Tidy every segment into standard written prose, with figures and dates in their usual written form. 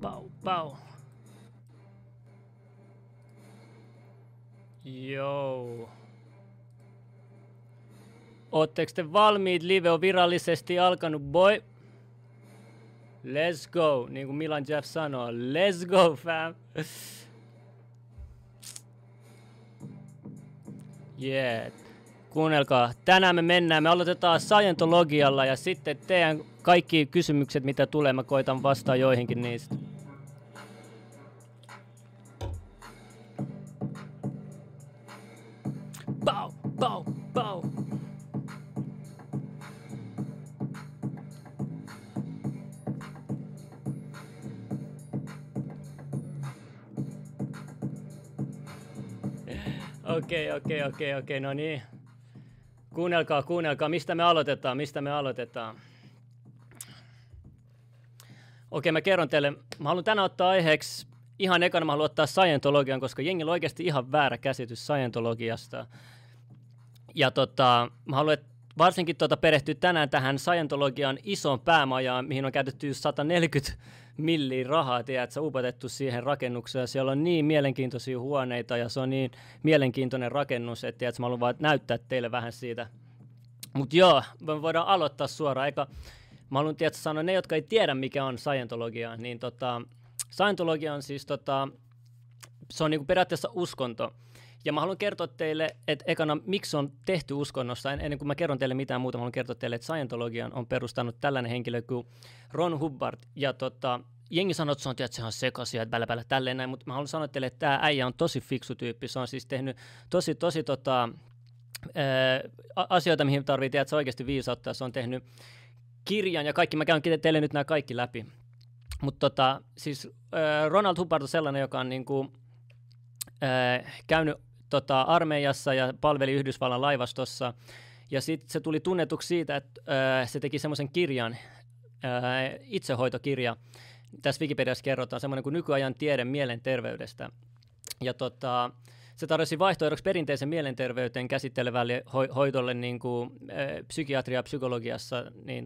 Pau, pau. Joo. Ootteko te valmiit? Live on virallisesti alkanut, boy. Let's go. Niin kuin Milan Jeff sanoo. Let's go, fam. Yeah. Kuunnelkaa. Tänään me mennään. Me aloitetaan Scientologialla ja sitten teidän kaikki kysymykset, mitä tulee, mä koitan vastaa joihinkin niistä. Pau, pau, pau. Okei, no niin. Kuunnelkaa, mistä me aloitetaan. Okei, mä kerron teille, mä haluan tänään ottaa aiheeksi, ihan ekana mä haluan ottaa Scientologian, koska jengillä on oikeasti ihan väärä käsitys Scientologiasta. Ja mä haluan varsinkin perehtyä tänään tähän Scientologian isoon päämajaan, mihin on käytetty 140 milliä rahaa, tiedätkö, upotettu siihen rakennukseen. Siellä on niin mielenkiintoisia huoneita ja se on niin mielenkiintoinen rakennus, että tiedätkö, mä haluan vaan näyttää teille vähän siitä. Mutta joo, me voidaan aloittaa suoraan. Mä haluan sanoa ne, jotka ei tiedä, mikä on Scientologia, niin Scientologia on siis, se on niinku periaatteessa uskonto. Ja mä haluan kertoa teille, että ekana, miksi on tehty uskonnossa, ennen kuin mä kerron teille mitään muuta, mä haluan kertoa teille, että Scientologian on perustanut tällainen henkilö kuin Ron Hubbard. Ja jengi sanoo, että se on, tiedät, sehän sekasia, että bälä, tälleen näin, mutta mä haluan sanoa teille, että tämä äijä on tosi fiksu tyyppi. Se on siis tehnyt tosi asioita, mihin tarvitsee, tiedät, oikeasti viisauttaa. Se on tehnyt kirjan ja kaikki, mä käyn teille nyt nämä kaikki läpi. Mutta siis Ronald Hubbard on sellainen, joka on niinku, käynyt armeijassa ja palveli Yhdysvallan laivastossa. Ja sitten se tuli tunnetuksi siitä, että se teki semmoisen kirjan, itsehoitokirja. Tässä Wikipediassa kerrotaan semmoinen kuin nykyajan tiede mielenterveydestä. Ja se tarjosi vaihtoehdoksi perinteisen mielenterveyteen käsittelevälle hoidolle niin kuin, psykiatria ja psykologiassa niin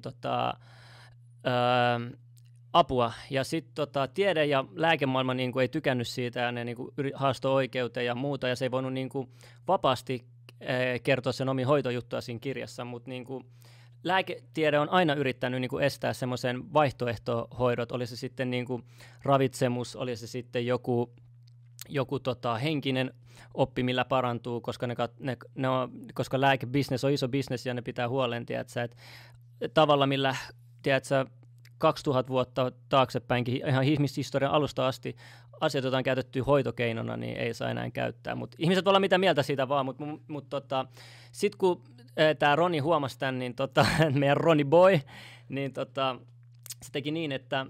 apua. Ja sitten tiede ja lääkemaailma niin kuin, ei tykännyt siitä ja ne niin kuin, haastoi oikeuteen ja muuta. Ja se ei voinut niin kuin, vapaasti kertoa sen omia hoitojuttuja siinä kirjassa, mutta niin kuin, lääketiede on aina yrittänyt niin kuin, estää semmoisen vaihtoehtohoidot. Oli se sitten niin kuin, ravitsemus, oli se sitten joku henkinen oppi, millä parantuu, koska lääkebisnes on iso bisnes ja ne pitää huolen, tiedätkö, että tavalla, millä, tiedätkö, 2000 vuotta taaksepäinkin, ihan ihmishistorian alusta asti, asiat, joita on käytetty hoitokeinona, niin ei saa enää käyttää. Ihmiset voi olla mitä mieltä siitä vaan, mutta sitten kun tämä Roni huomasi tämän, niin meidän Roni boy, niin se teki niin, että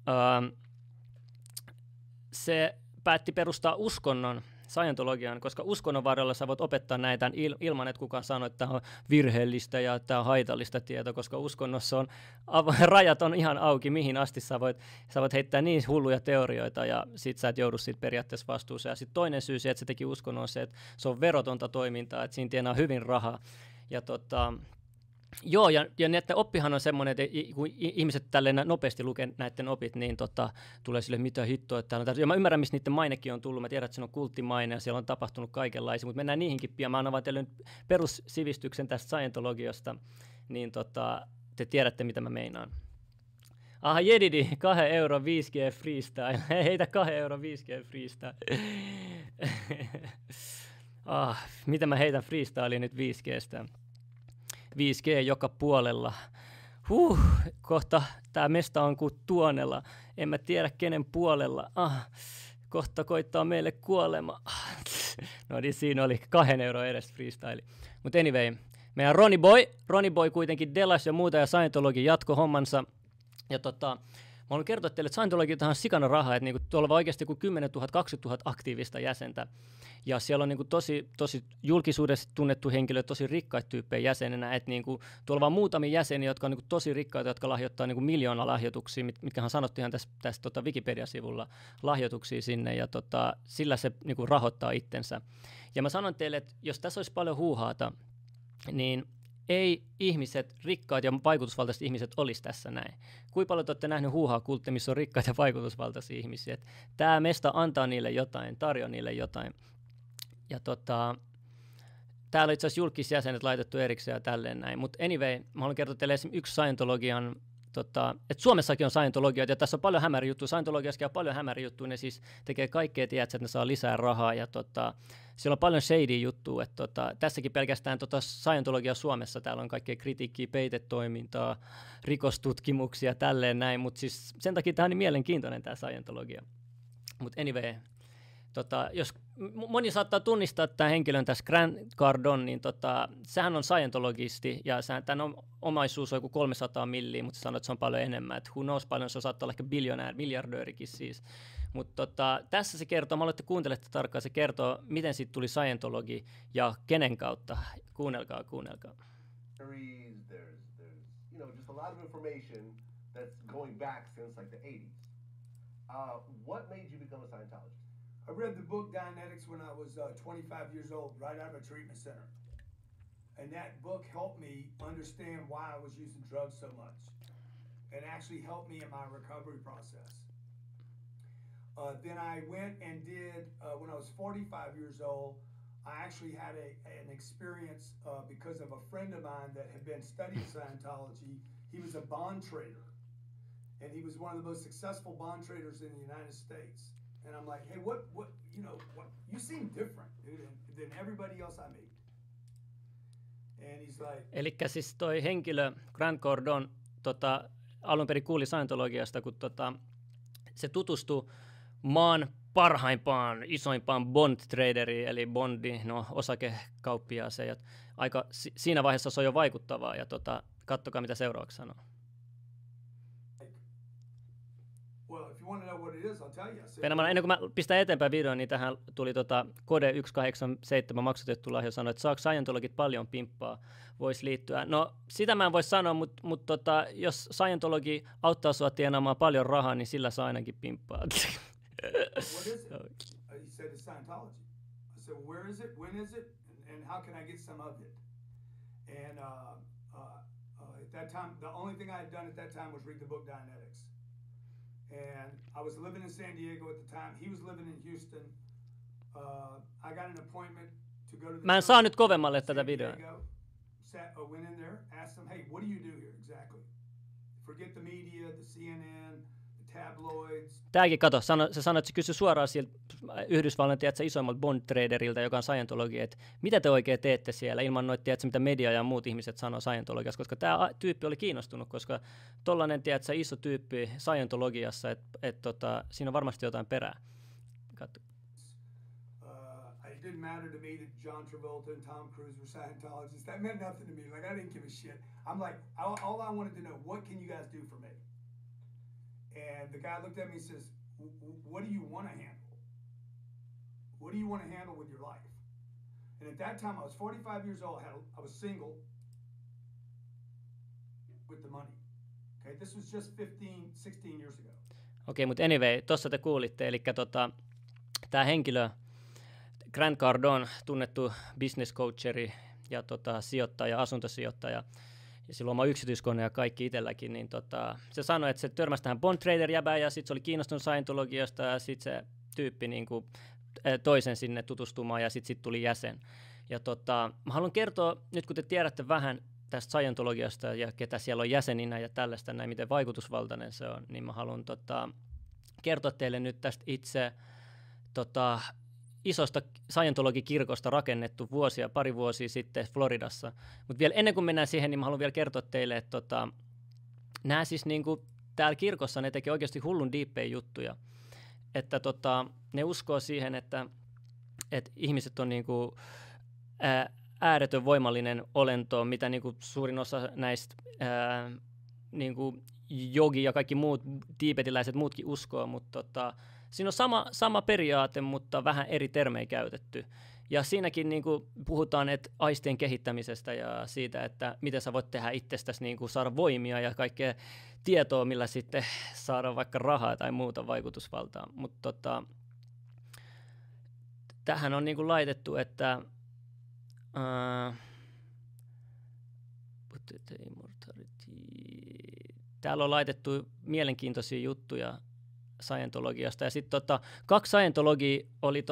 se päätti perustaa uskonnon Scientologian, koska uskonnon varrella sä voit opettaa näitä ilman, että kukaan sanoo, että tämä on virheellistä ja tämä on haitallista tietoa, koska uskonnossa on, rajat on ihan auki, mihin asti sä voit heittää niin hulluja teorioita ja sit sä et joudu siitä periaatteessa vastuuseen. Ja sitten toinen syy että se teki uskonnon on se, että se on verotonta toimintaa, että siinä tienaa hyvin rahaa. Ja joo, ja näiden oppihan on semmoinen, että kun ihmiset tälleen nopeasti lukee näiden opit, niin tulee sille mitä hittoa. Että ja mä ymmärrän, missä niiden mainekin on tullut. Mä tiedän, että se on kulttimaine ja siellä on tapahtunut kaikenlaisia, mutta mennään niihinkin pian. Mä annan vaan teille nyt perussivistyksen tästä Scientologiasta, niin te tiedätte, mitä mä meinaan. Aha, jedidi, 2 euro 5G freestyle. Heitä 2 euro 5G freestyle. Miten mä heitän freestyliin nyt 5Gstä? 5G joka puolella. Kohta tää mesta on kuin tuonella. En mä tiedä kenen puolella. Kohta koittaa meille kuolema. No niin, siinä oli 2 euro edes freestyle. Mutta anyway, meidän Ronny Boy kuitenkin delas ja muuta ja Scientologi jatko hommansa. Ja mä haluan kertoa teille, että Scientologi on sikana rahaa, että niinku tuolla on oikeasti kuin 10 000, 20 000 aktiivista jäsentä. Ja siellä on niinku tosi julkisuudessa tunnettu henkilö, tosi rikkaita tyyppejä jäsenenä, että niinku tuolla on vaan muutamia jäseniä, jotka on niinku tosi rikkaita, jotka lahjoittaa niinku 1 000 000 lahjoituksia, mitkähän sanottiin ihan tässä Wikipedia-sivulla lahjoituksia sinne, ja sillä se niinku rahoittaa itsensä. Ja mä sanon teille, että jos tässä olisi paljon huuhaata, niin ei ihmiset, rikkaat ja vaikutusvaltaiset ihmiset olisi tässä näin. Kuinka paljon te olette nähneet huuhaa-kultteja, missä on rikkaita ja vaikutusvaltaisia ihmisiä? Tämä mesta antaa niille jotain, tarjoaa niille jotain. Ja täällä on itse asiassa julkisjäsenet laitettu erikseen ja tälleen näin. Mutta anyway, mä haluan kertoa teille esimerkiksi yksi Scientologian, että Suomessakin on Scientologioita ja tässä on paljon hämärijuttuja. Scientologiassakin on paljon hämärijuttuja, ne siis tekee kaikkea, tiedätkö, että ne saa lisää rahaa ja siellä on paljon shady juttuja. Tässäkin pelkästään Scientologia Suomessa, täällä on kaikkea kritiikkiä, peitetoimintaa, rikostutkimuksia, tälleen näin, mutta siis sen takia tämä on niin mielenkiintoinen tämä Scientologia. Mutta anyway, jos moni saattaa tunnistaa tämän henkilön tässä Grant Cardone, niin sehän on scientologisti ja tämän omaisuus on joku 300 milliä, mutta sanoo, että se on paljon enemmän. Että who knows, paljon se saattaa olla ehkä miljardöörikin siis. Mutta tässä se kertoo, mä olette kuuntelette tarkkaan, se kertoo, miten siitä tuli Scientologi ja kenen kautta. Kuunnelkaa. There's just a lot of information that's going back since like the 80s. What made you become a Scientologist? I read the book Dianetics when I was 25 years old, right out of a treatment center. And that book helped me understand why I was using drugs so much. It actually helped me in my recovery process. Then I went and did, when I was 45 years old, I actually had an experience because of a friend of mine that had been studying Scientology. He was a bond trader. And he was one of the most successful bond traders in the United States. And I'm like, hey, what, you seem different, dude, than everybody else I meet. And he's like... Elikkä siis toi henkilö, Grant Cardone, alun perin kuuli Scientologiasta, kun se tutustui maan parhaimpaan, isoimpaan bond-traderiin, eli bondi, osakekauppiaaseen. Ja siinä vaiheessa se on jo vaikuttavaa, ja katsokaa, mitä seuraavaksi sanoo. Ennen kuin mä pistän eteenpäin videon, niin tähän tuli Kode 187 maksutettu lahja sanoi, että saako Scientologit paljon pimppaa, voisi liittyä. No sitä mä en voi sanoa, mutta jos Scientologi auttaa sua tienaamaan paljon rahaa, niin sillä saa ainakin pimppaa. What is it? He said it's Scientology. I said, where is it? When is it? And how can I get some of it? And at that time, the only thing I had done at that time was read the book Dianetics. And I was living in San Diego at the time. He was living in Houston. I got an appointment to go to the... Mä en saa nyt kovemmalle tätä videoa. Went in there, asked them, hey, what do you do here exactly? Forget the media, the CNN, the tabloids. Tääkin kato, se sanoi, että se kysyi suoraan sieltä Yhdysvallan isoimmalta bond-traderilta, joka on Scientologi, että mitä te oikein teette siellä, ilman noita, tiedätkö, mitä media ja muut ihmiset sanoo Scientologiassa, koska tämä tyyppi oli kiinnostunut, koska tollainen, tiedätkö, iso tyyppi Scientologiassa, että siinä on varmasti jotain perää. Katso. It didn't matter to me that John Travolta and Tom Cruise were Scientologists. That meant nothing to me. Like, I didn't give a shit. I'm like, all I wanted to know, what can you guys do for me? And the guy looked at me and says, what do you want to handle? What do you want to handle with your life? And at that time, I was 45 years old. I was single with the money. Okay, this was just 16 years ago. Okei, mutta anyway, tuossa te kuulitte, eli tämä henkilö, Grant Cardone, tunnettu business coacheri ja sijoittaja, asuntosijoittaja, ja sillä on oma yksityiskone ja kaikki itselläkin, niin se sanoi, että se törmäsi tähän bond trader-jäbään, ja sitten se oli kiinnostunut Scientologiasta, ja sitten se tyyppi niin kuin, toisen sinne tutustumaan, ja sitten tuli jäsen. Ja mä haluan kertoa, nyt kun te tiedätte vähän tästä Scientologiasta, ja ketä siellä on jäseninä, ja tällaista näin, miten vaikutusvaltainen se on, niin mä haluan kertoa teille nyt tästä itse isosta Scientologi-kirkosta rakennettu pari vuosia sitten Floridassa. Mutta vielä ennen kuin mennään siihen, niin mä haluan vielä kertoa teille, että nämä siis niinku, täällä kirkossa ne tekee oikeasti hullun diippejä juttuja. Että ne uskoo siihen, että ihmiset on niinku, ääretön voimallinen olento, mitä niinku suurin osa näistä niinku, jogi ja kaikki muut tiibetiläiset muutkin uskoo, mutta siinä on sama periaate, mutta vähän eri termejä käytetty. Ja siinäkin niin kuin puhutaan aistien kehittämisestä ja siitä, että miten sä voit tehdä itsestäsi niin kuin saada voimia ja kaikkea tietoa, millä sitten saada vaikka rahaa tai muuta vaikutusvaltaa. Mutta tähän on niin kuin laitettu, että Täällä on laitettu mielenkiintoisia juttuja Scientologiasta. Ja sitten 2 Scientologia oli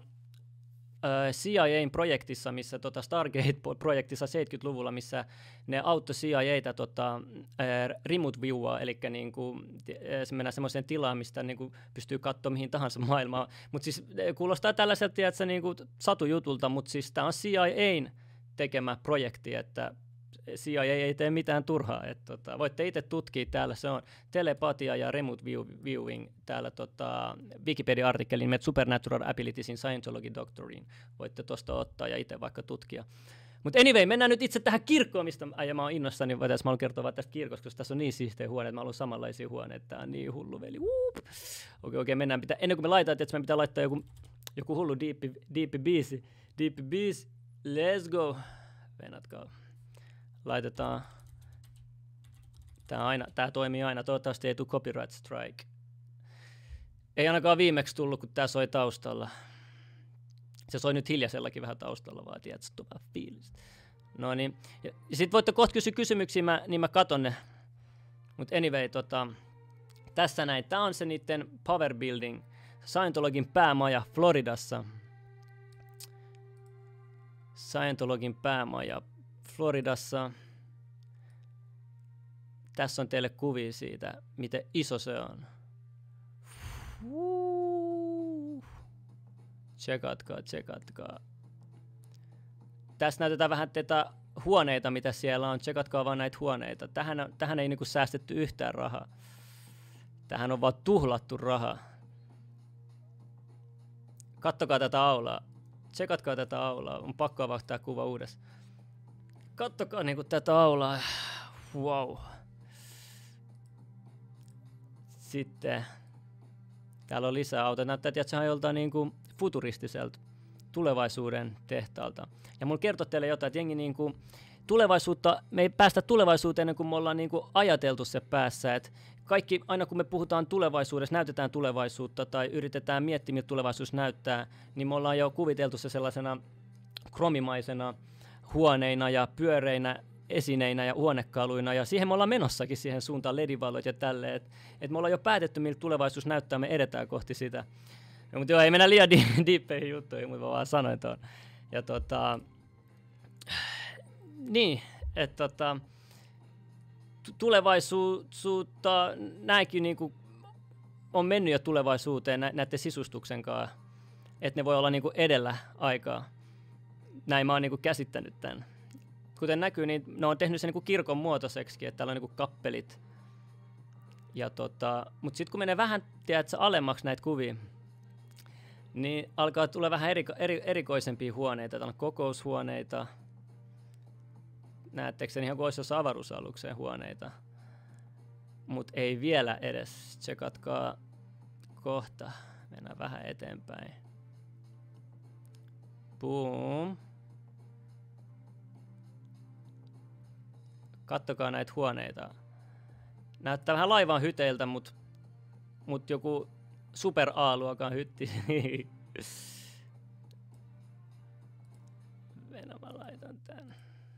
CIA:n projektissa, missä Stargate-projektissa 70-luvulla, missä ne auttoi CIA:tä remote viewaa, eli niinku, mennään semmoiseen tilaan, mistä niinku pystyy katsoa mihin tahansa maailmaan. Mutta siis kuulostaa tällaiselta, tiedätkö, niinku satujutulta, mutta siis tämä on CIA:n tekemä projekti, että CIA ei tee mitään turhaa. Voitte itse tutkia täällä, se on telepatia ja remote viewing täällä Wikipedia-artikkelin nimeltä Supernatural Abilities in Scientology Doctrine. Voitte tuosta ottaa ja itse vaikka tutkia. Mutta anyway, mennään nyt itse tähän kirkkoon, mistä mä oon innossani. Mä haluan kertoa vaan tästä kirkosta, koska tässä on niin siistejä huoneita. Mä haluan samanlaisia huoneita. Tää on niin hullu veli. Okei, mennään. Ennen kuin me laitetaan, että me pitää laittaa joku hullu deepi biisi. Deepi biisi. Let's go. Venatkaa. Laitetaan. Tää toimii aina. Toivottavasti ei tule copyright strike. Ei ainakaan viimeksi tullut, kun tää soi taustalla. Se soi nyt hiljaisellakin vähän taustalla, vaan tiedätkö, tuo fiilis. No niin. Ja sit voitte kohta kysyä kysymyksiä, niin mä katon ne. Mut anyway, tässä näin. Tää on se niitten Power Building, Scientologin päämaja Floridassa. Scientologin päämaja Floridassa. Tässä on teille kuvia siitä, miten iso se on. Tsekatkaa. Tässä näytetään vähän tätä huoneita, mitä siellä on. Tsekatkaa vaan näitä huoneita. Tähän ei niinku säästetty yhtään rahaa. Tähän on vaan tuhlattu rahaa. Kattokaa tätä aulaa. Tsekatkaa tätä aulaa. On pakko avaa tämä kuva uudestaan. Kattokaa niinku tätä aulaa. Wow. Sitten täällä on lisää autoja. Näyttää, että se on joltain niinku futuristiselta tulevaisuuden tehtaalta. Ja mulla kertoo teille jotain, että jengi niinku tulevaisuutta, me ei päästä tulevaisuuteen ennen kuin me ollaan niinku ajateltu se päässä. Et kaikki, aina kun me puhutaan tulevaisuudessa, näytetään tulevaisuutta tai yritetään miettiä, miltä tulevaisuus näyttää, niin me ollaan jo kuviteltu se sellaisena kromimaisena huoneina ja pyöreinä esineinä ja huonekaluina, ja siihen me ollaan menossakin siihen suuntaan, ledivaloit ja tälleen, että me ollaan jo päätetty, miltä tulevaisuus näyttää, me edetään kohti sitä. No, mutta joo, ei mennä liian diippeihin juttuihin, mutta mä vaan sanoin tuon. Ja niin, että tulevaisuutta, nämäkin niinku on mennyt jo tulevaisuuteen näiden sisustuksen kanssa, että ne voi olla niinku edellä aikaa. Näin mä oon niinku käsittänyt tämän. Kuten näkyy, niin ne on tehnyt sen niinku kirkon muotoiseksi, että täällä on niinku kappelit. Ja mutta sitten kun menee vähän, tiedätkö, alemmaksi näitä kuvia, niin alkaa tulla vähän erikoisempia huoneita. Täällä on kokoushuoneita. Näettekö sen ihan kuin olisi avaruusalukseen huoneita. Mutta ei vielä edes. Tsekatkaa kohta. Mennään vähän eteenpäin. Boom. Kattokaa näitä huoneita. Näyttää vähän laivaan hyteiltä, mutta joku super A-luokan hytti. Venä mä laitan tän.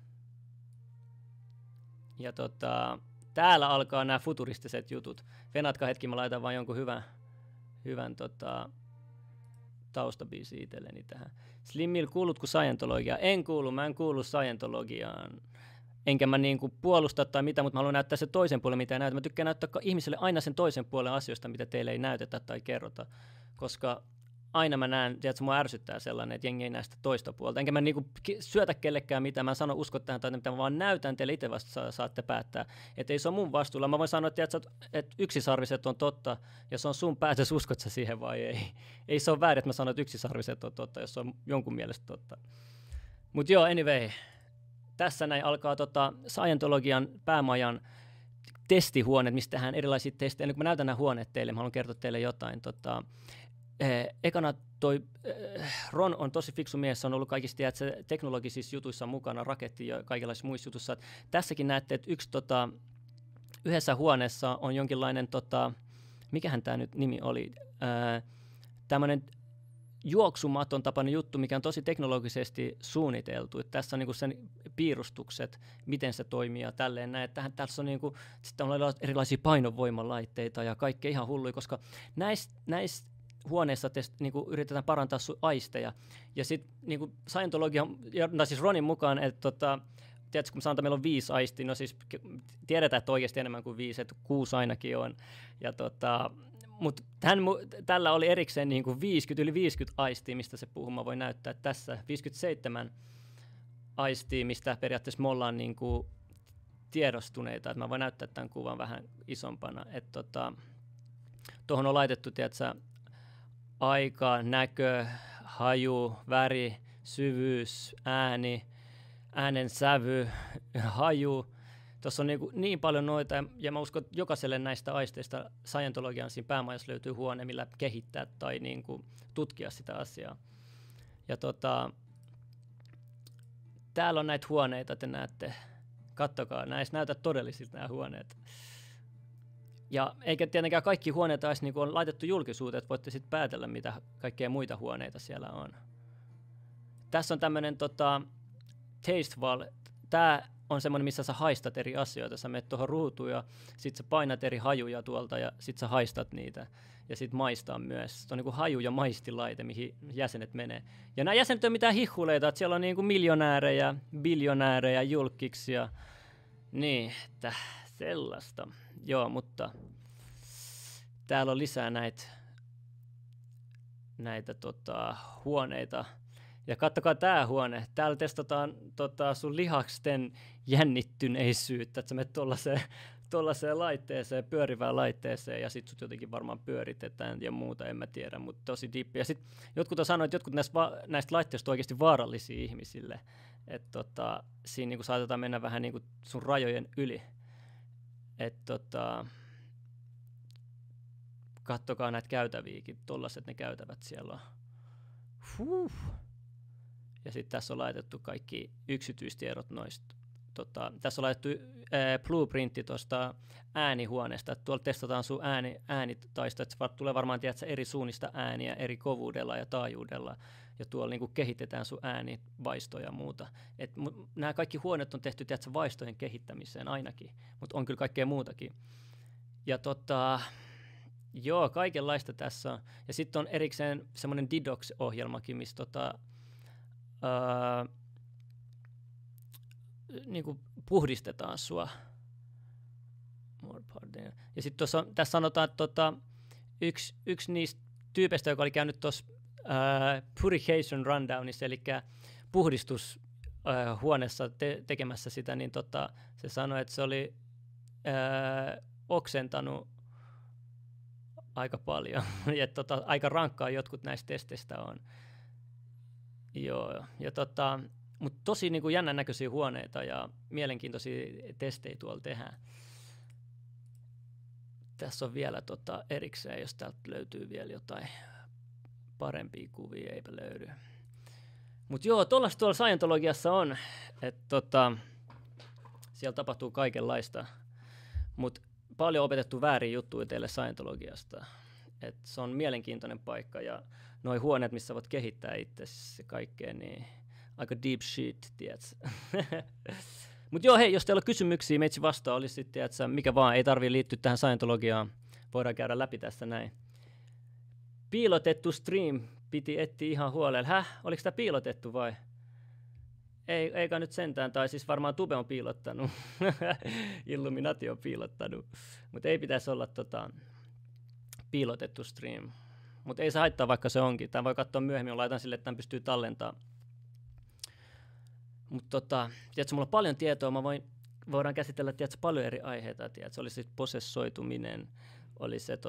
Ja täällä alkaa nämä futuristiset jutut. Venatkaa hetki, mä laitan vaan jonkun hyvän taustabiisi itselleni tähän. Slimmil, kuulutko Scientologiaa? En kuulu, mä en kuulu Scientologiaan. Enkä mä niinku puolusta tai mitä, mutta mä haluan näyttää sen toisen puolen, mitä ei näytä. Mä tykkään näyttää ihmisille aina sen toisen puolen asioista, mitä teille ei näytetä tai kerrota. Koska aina mä näen, tiedätkö, mua ärsyttää sellainen, että jengi ei näe sitä toista puolta. Enkä mä niinku syötä kellekään mitään, mä en sano usko tähän tai mitä, mä vaan näytän teille, itse vasta saatte päättää. Että ei se ole mun vastuulla. Mä voin sanoa, että yksisarviset on totta, ja se on sun päätös, uskot sä siihen vai ei. Ei se ole väärin, että mä sanon, että yksisarviset on totta, jos se on jonkun mielestä totta. Mut joo, anyway. Tässä näin alkaa Scientologian päämajan testihuoneet, mistä tehdään erilaisia testejä. Ennen kuin mä näytän nämä huoneet teille, mä haluan kertoa teille jotain. Ekana Ron on tosi fiksu mies, se on ollut kaikista teknologisissa jutuissa mukana, raketti ja kaikenlaisissa muissa jutuissa. Tässäkin näette, että yhdessä huoneessa on jonkinlainen, mikähän tämä nyt nimi oli, tämmöinen juoksumaton tapainen juttu, mikä on tosi teknologisesti suunniteltu. Että tässä on niinku sen piirustukset, miten se toimii ja tälleen näin. Tässä on niinku, sitten on erilaisia painovoimalaitteita ja kaikkea ihan hulluja, koska näissä huoneissa niinku yritetään parantaa sun aisteja. Ja sitten niinku Scientologia, siis Ronin mukaan, että tiedätkö, kun sanotaan, että meillä on 5 aistia, no siis tiedetään, että oikeasti enemmän kuin 5, että 6 ainakin on. Ja mutta tällä oli erikseen niin kuin yli 50 aistia, mistä se puhuu. Mä voin näyttää tässä 57 aistia, mistä periaatteessa me ollaan niin kuin tiedostuneita. Mä voin näyttää tämän kuvan vähän isompana. Tuohon on laitettu, tiedätkö, aika, näkö, haju, väri, syvyys, ääni, äänen sävy, haju. Tuossa on niin paljon noita, ja mä uskon, että jokaiselle näistä aisteista Scientologian siinä päämajassa löytyy huone, millä kehittää tai niin kuin tutkia sitä asiaa. Ja täällä on näitä huoneita, te näette. Kattokaa, näissä näytät todellisilta nämä huoneet. Ja eikä tietenkään kaikki huoneet edes niin kuin on laitettu julkisuuteen, että voitte sitten päätellä, mitä kaikkea muita huoneita siellä on. Tässä on tämmöinen taste wall. Tämä on semmoinen, missä sä haistat eri asioita. Sä menet tuohon ruutuun ja sit sä painat eri hajuja tuolta ja sit sä haistat niitä. Ja sit maistaa myös. Se on niinku haju- ja maistilaite, mihin jäsenet menee. Ja nämä jäsenet on mitään hihuleita, että siellä on niinku miljonäärejä, biljonäärejä, julkkiksia. Niin, että sellaista. Joo, mutta täällä on lisää näitä huoneita. Ja katsokaa tää huone. Täällä testataan sun lihaksten jännittyneisyyttä, että sä menet tuollaiseen laitteeseen, pyörivään laitteeseen, ja sit sut jotenkin varmaan pyöritetään ja muuta, en mä tiedä, mutta tosi diippi. Ja sit jotkut on sanonut, että jotkut näistä laitteista on oikeasti vaarallisia ihmisille, että siinä niinku saatetaan mennä vähän niinku sun rajojen yli. Että kattokaa näitä käytäviäkin, tollaset ne käytävät siellä on. Huh. Ja sitten tässä on laitettu kaikki yksityistiedot noista. Tässä on laitettu blueprintti tuosta äänihuoneesta. Tuolla testataan sun äänitaista, että tulee varmaan eri suunnista ääniä eri kovuudella ja taajuudella. Ja tuolla niinku kehitetään sun äänivaistoja ja muuta. Nämä kaikki huoneet on tehty vaistojen kehittämiseen ainakin, mutta on kyllä kaikkea muutakin. Ja joo, kaikenlaista tässä on. Ja sitten on erikseen semmoinen Didox-ohjelmakin, missä niinku puhdistetaan sua. Ja sitten tässä sanotaan, että yksi niistä tyypeistä, joka oli käynyt tuossa purification rundownissa, eli puhdistushuoneessa tekemässä sitä, niin se sanoi, että se oli oksentanut aika paljon. Ja aika rankkaa jotkut näistä testeistä on. Joo, ja mutta tosi niin kuin jännän näköisiä huoneita ja mielenkiintoisia testejä tuolla tehdään. Tässä on vielä erikseen, jos täältä löytyy vielä jotain parempia kuvia, eipä löydy. Mutta joo, tuollaista tuolla Scientologiassa on, että siellä tapahtuu kaikenlaista, mutta paljon opetettu väärin juttuja teille Scientologiasta. Et se on mielenkiintoinen paikka ja noi huoneet, missä voit kehittää itsesi kaikkea, niin aika deep shit, tiedätkö? Mutta joo, hei, jos teillä on kysymyksiä, meitsi vastaan olisi sitten, tiedätkö, mikä vaan, ei tarvitse liittyä tähän Scientologiaan, voidaan käydä läpi tässä näin. Piilotettu stream piti etsiä ihan huolella. Oliko tämä piilotettu vai? Eikä nyt sentään, tai siis varmaan Tube on piilottanut, Illuminati on piilottanut, mutta ei pitäisi olla piilotettu stream. Mutta ei se haittaa, vaikka se onkin. Tämä voi katsoa myöhemmin, laitan sille, että tämän pystyy tallentamaan. Mutta tiedätkö, mulla on paljon tietoa, voidaan käsitellä paljon eri aiheita. Tiedätkö, oli se posessoituminen, oli se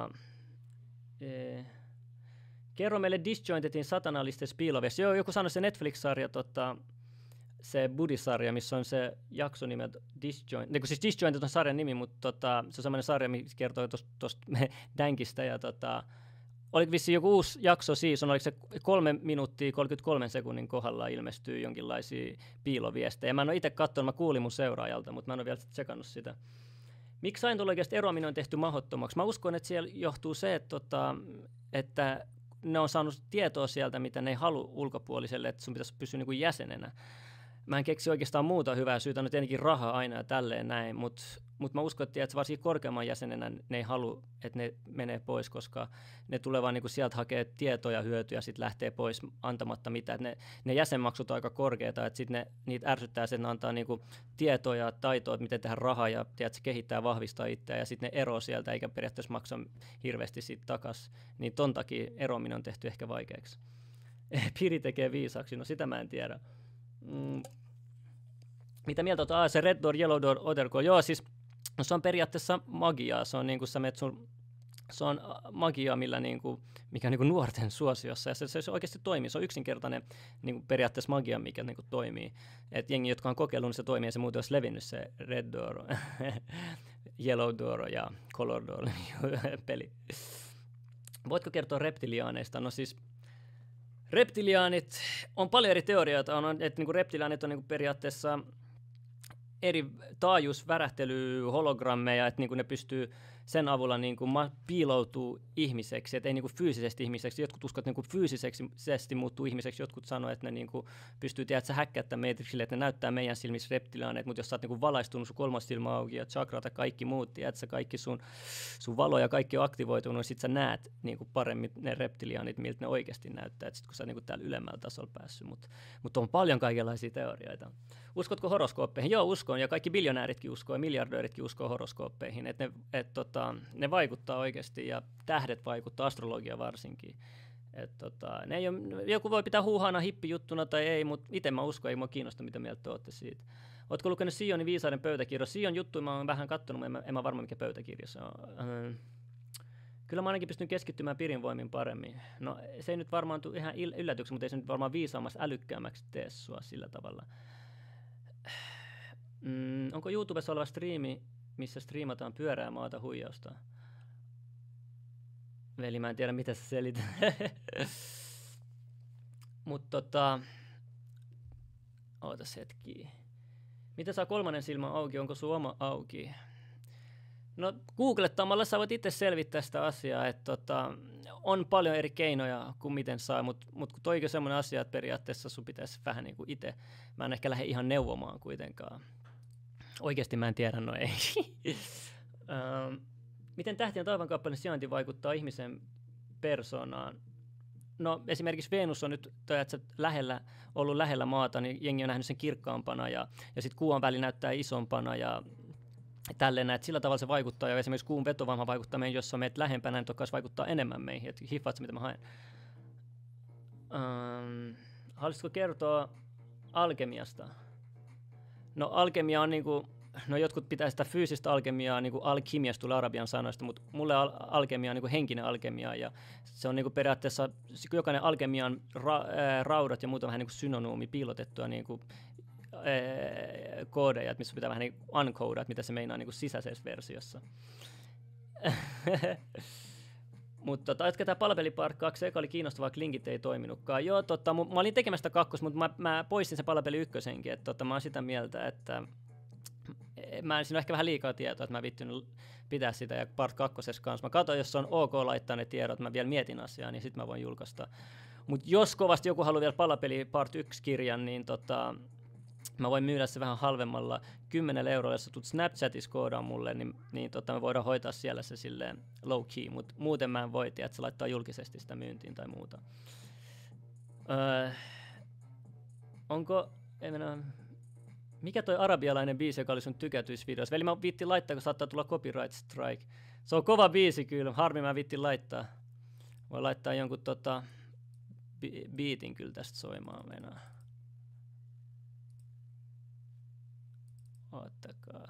kerro meille Disjointedin satanalisten piiloviesti. Joo, joku sanoi se Netflix-sarja, se Buddy-sarja, missä on se jakso nimeltä Disjointed. Siis Disjointed on sarjan nimi, mutta se on sellainen sarja, missä kertoo tuosta Dankista. Ja oliko vissiin joku uusi jakso season, oliko se 3 minuuttia 33 sekunnin kohdalla ilmestyy jonkinlaisia piiloviestejä. Mä en ole itse katsonut, mä kuulin mun seuraajalta, mutta mä en ole vielä tsekannut sitä. Miksi Scientologiasta eroaminen on tehty mahdottomaksi? Mä uskon, että siellä johtuu se, että ne on saanut tietoa sieltä, mitä ne ei halua ulkopuoliselle, että sun pitäisi pysyä niin kuin jäsenenä. Mä en keksi oikeastaan muuta hyvää syytä, no tietenkin rahaa aina ja tälleen näin, mutta mä uskon, että varsinkin korkeamman jäsenenä ne ei halua, että ne menee pois, koska ne tulee vaan niinku sieltä hakee tietoja, hyötyjä ja sitten lähtee pois antamatta mitään. Ne jäsenmaksut on aika korkeita, että sitten niitä ärsyttää, että ne antaa niinku tietoja ja taitoa, että miten tehdä rahaa ja se kehittää ja vahvistaa itseään ja sitten ne eroo sieltä eikä periaatteessa maksa hirveästi siitä takaisin. Niin ton takia eroaminen on tehty ehkä vaikeaksi. Piri tekee viisaaksi, no sitä mä en tiedä. Mitä mieltä olet? Se Red Door, Yellow Door, Other Door. Joo, siis no se on periaatteessa magiaa. Se on niinku se on magiaa, mikä on niinku nuorten suosiossa. Ja se oikeasti toimii. Se on yksinkertainen niinku periaatteessa magia, mikä niinku toimii. Et jengi, jotka on kokeillut, niin se toimii ja se muuten olisi levinnyt se Red Door, Yellow Door ja Color Door peli. Voitko kertoa reptiliaaneista? No siis reptiliaanit, on paljon eri teorioita, että niinku reptiliaanit on niinku periaatteessa eri taajuusvärähtely, hologrammeja, että niinku ne pystyy sen avulla niinku piiloutuu ihmiseksi, että ei niinku fyysisesti ihmiseksi. Jotkut uskovat, että niinku fyysisesti muuttuu ihmiseksi, jotkut sanoo, että ne niinku pystyy häkkäyttämään meitä sille, että ne näyttää meidän silmissä reptiliaaneet, mutta jos sä oot niinku valaistunut, sun kolmas silmä auki ja chakrat ja kaikki muut, tiedätkö, kaikki sun valo ja kaikki on aktivoitunut, niin sit sä näet niinku paremmin ne reptiliaanit, miltä ne oikeasti näyttää, sit kun sä oot niinku täällä ylemmällä tasolla päässyt. Mutta on paljon kaikenlaisia teorioita. Uskotko horoskooppeihin? Joo, uskon, ja kaikki biljonääritkin uskoo ja miljardööritkin uskoo horoskooppeihin, että ne vaikuttaa oikeasti ja tähdet vaikuttaa, astrologia varsinkin. Ne ei ole, joku voi pitää huuhaana hippijuttuna tai ei, mutta itse mä uskon, ei mua kiinnosta, mitä mieltä olette siitä. Ootko lukenut Sionin viisaiden pöytäkirja? Sion juttuja mä oon vähän kattonut, en mä varma mikä pöytäkirja se on. Kyllä mä ainakin pystyn keskittymään Pirin voimin paremmin. No se ei nyt varmaan tule ihan yllätyksi, mutta ei se nyt varmaan viisaammas älykkäämmäksi tee sua sillä tavalla. Onko YouTubessa oleva striimi, missä striimataan pyörää maata huijausta? Veli, mä en tiedä, mitä sä selität. Mutta ootas hetki. Mitä saa kolmannen silmän auki? Onko sun oma auki? No googlettamalla sä voit itse selvittää sitä asiaa, että on paljon eri keinoja kuin miten saa, mutta kun toikin semmoinen asia, että periaatteessa sun pitäisi vähän niin kuin itse, mä en ehkä lähde ihan neuvomaan kuitenkaan. Oikeasti mä en tiedä, no ei. Miten tähtien taivaankappaleiden sijainti vaikuttaa ihmisen persoonaan? No esimerkiksi Venus on nyt ollut lähellä maata, niin jengi on nähnyt sen kirkkaampana ja sitten kuun väli näyttää isompana ja tälleen näin, sillä tavalla se vaikuttaa, ja esimerkiksi kuun vetovoima vaikuttaa meihin, jos on meitä lähempänä, niin toki vaikuttaa enemmän meihin, että hiffaat se, mitä mä haen. Haluaisitko kertoa alkemiasta? No alkemia on niinku, no jotkut pitää sitä fyysistä alkemiaa, niinku alkimiasta tulee arabian sanoista, mutta mulle alkemia on niinku henkinen alkemia, ja se on niinku periaatteessa, jokainen alkemian raudat ja muuta vähän niinku synonyymi, piilotettua niinku koodeja, missä pitää vähän niin uncodea, mitä se meinaa niin kuin sisäisessä versiossa. Mutta tämä Palapeli-part 2 eka oli kiinnostavaa, linkit ei toiminutkaan. Joo, mä olin tekemästä kakkos, mutta mä poistin sen Palapeli ykkösenkin, että mä oon sitä mieltä, että siinä on ehkä vähän liikaa tietoa, että mä vittynyt pitää sitä ja part 2 kanssa. Mä katson, jos on ok laittaa ne tiedot, mä vielä mietin asiaa, niin sit mä voin julkaista. Mutta jos kovasti joku haluaa vielä Palapeli part 1 kirjan, niin mä voin myydä se vähän halvemmalla 10 €, jos sä tulet Snapchatissa koodaan mulle, niin me voidaan hoitaa siellä se silleen low key, mutta muuten mä en voi tiedä, että se laittaa julkisesti sitä myyntiin tai muuta. Mikä toi arabialainen biisi, joka oli sun tykätyisvideossa? Veli, mä viittin laittaa, kun saattaa tulla copyright strike. Se on kova biisi kyllä, harmi mä viittin laittaa. Voi laittaa jonkun biitin kyllä tästä soimaan mennään. Ottakaa.